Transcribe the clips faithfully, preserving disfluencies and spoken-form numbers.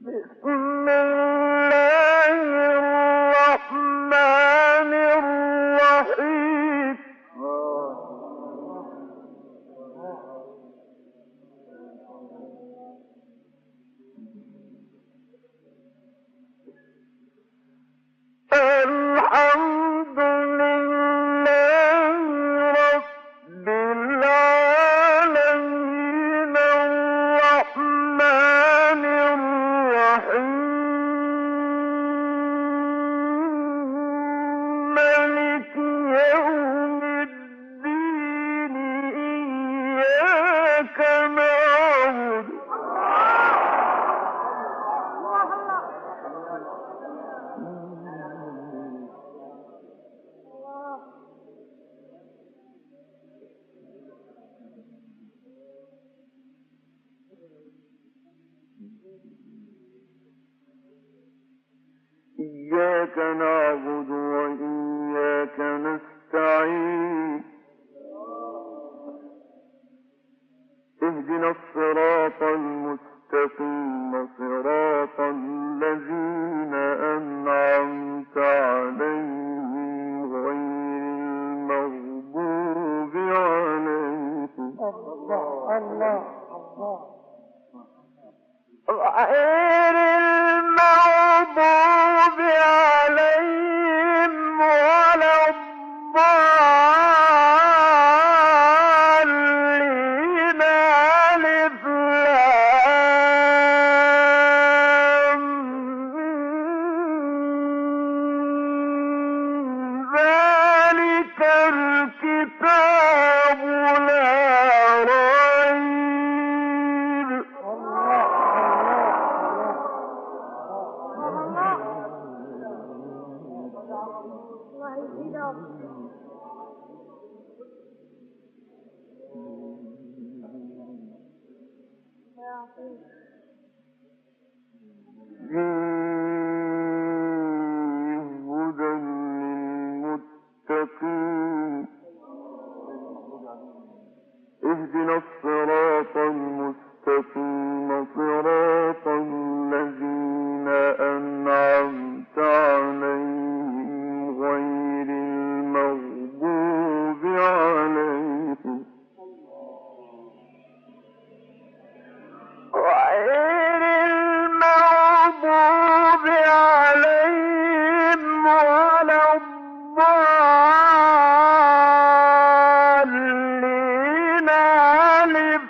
إياك نعبد وإياك نستعين اهدنا الصراط المستقيم صراط الذين أنعمت عليهم غير المغضوب عليهم الله الله الله غير المغضوب عليهم ولا الضالين ألف لام ذلك الكتاب لا ريب هدى للمتقين اهدنا الصراط المستقيم صراط الذين أنعمت عليهم غير المغضوب عليهم غير المغضوب عليهم ولا الضالين ألف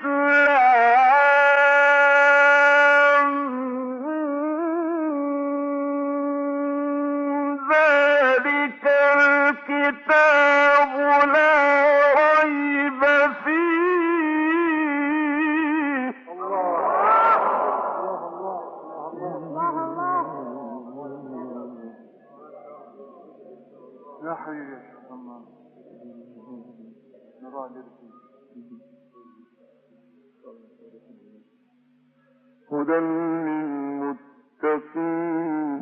لام ذلك الكتاب لا ريب فيه يا حبيبي يا شيخ الله هدى للمتقين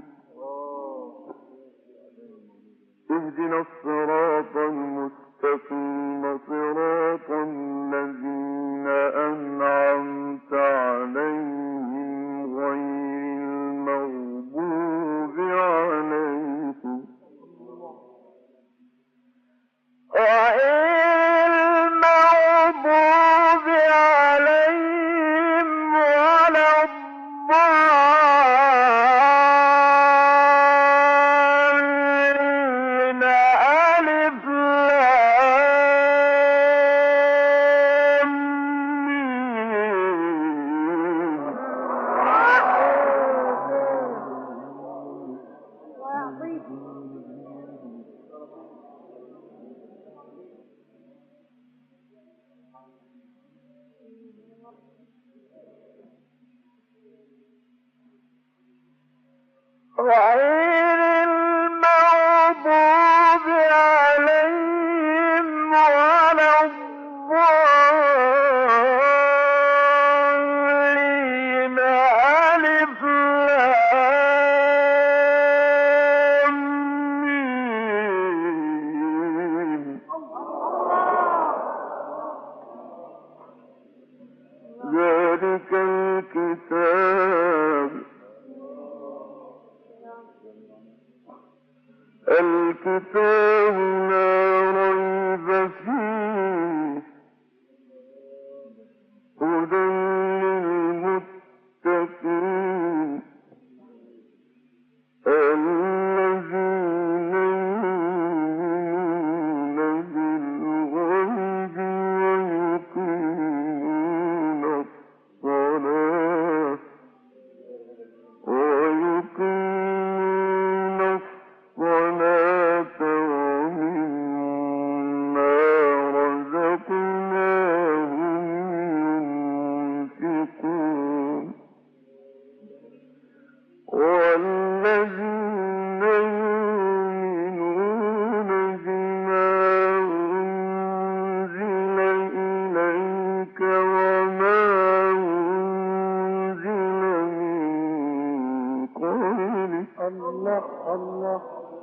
اهدنا الصراط المستقيم صراط الذين أنعمت عليهم غير المغضوب عليهم غير المغضوب عليهم ولا الضالين ألف لام غير المغضوب عليهم ولا الضالين ألف لام ميم ذلك الكتاب الله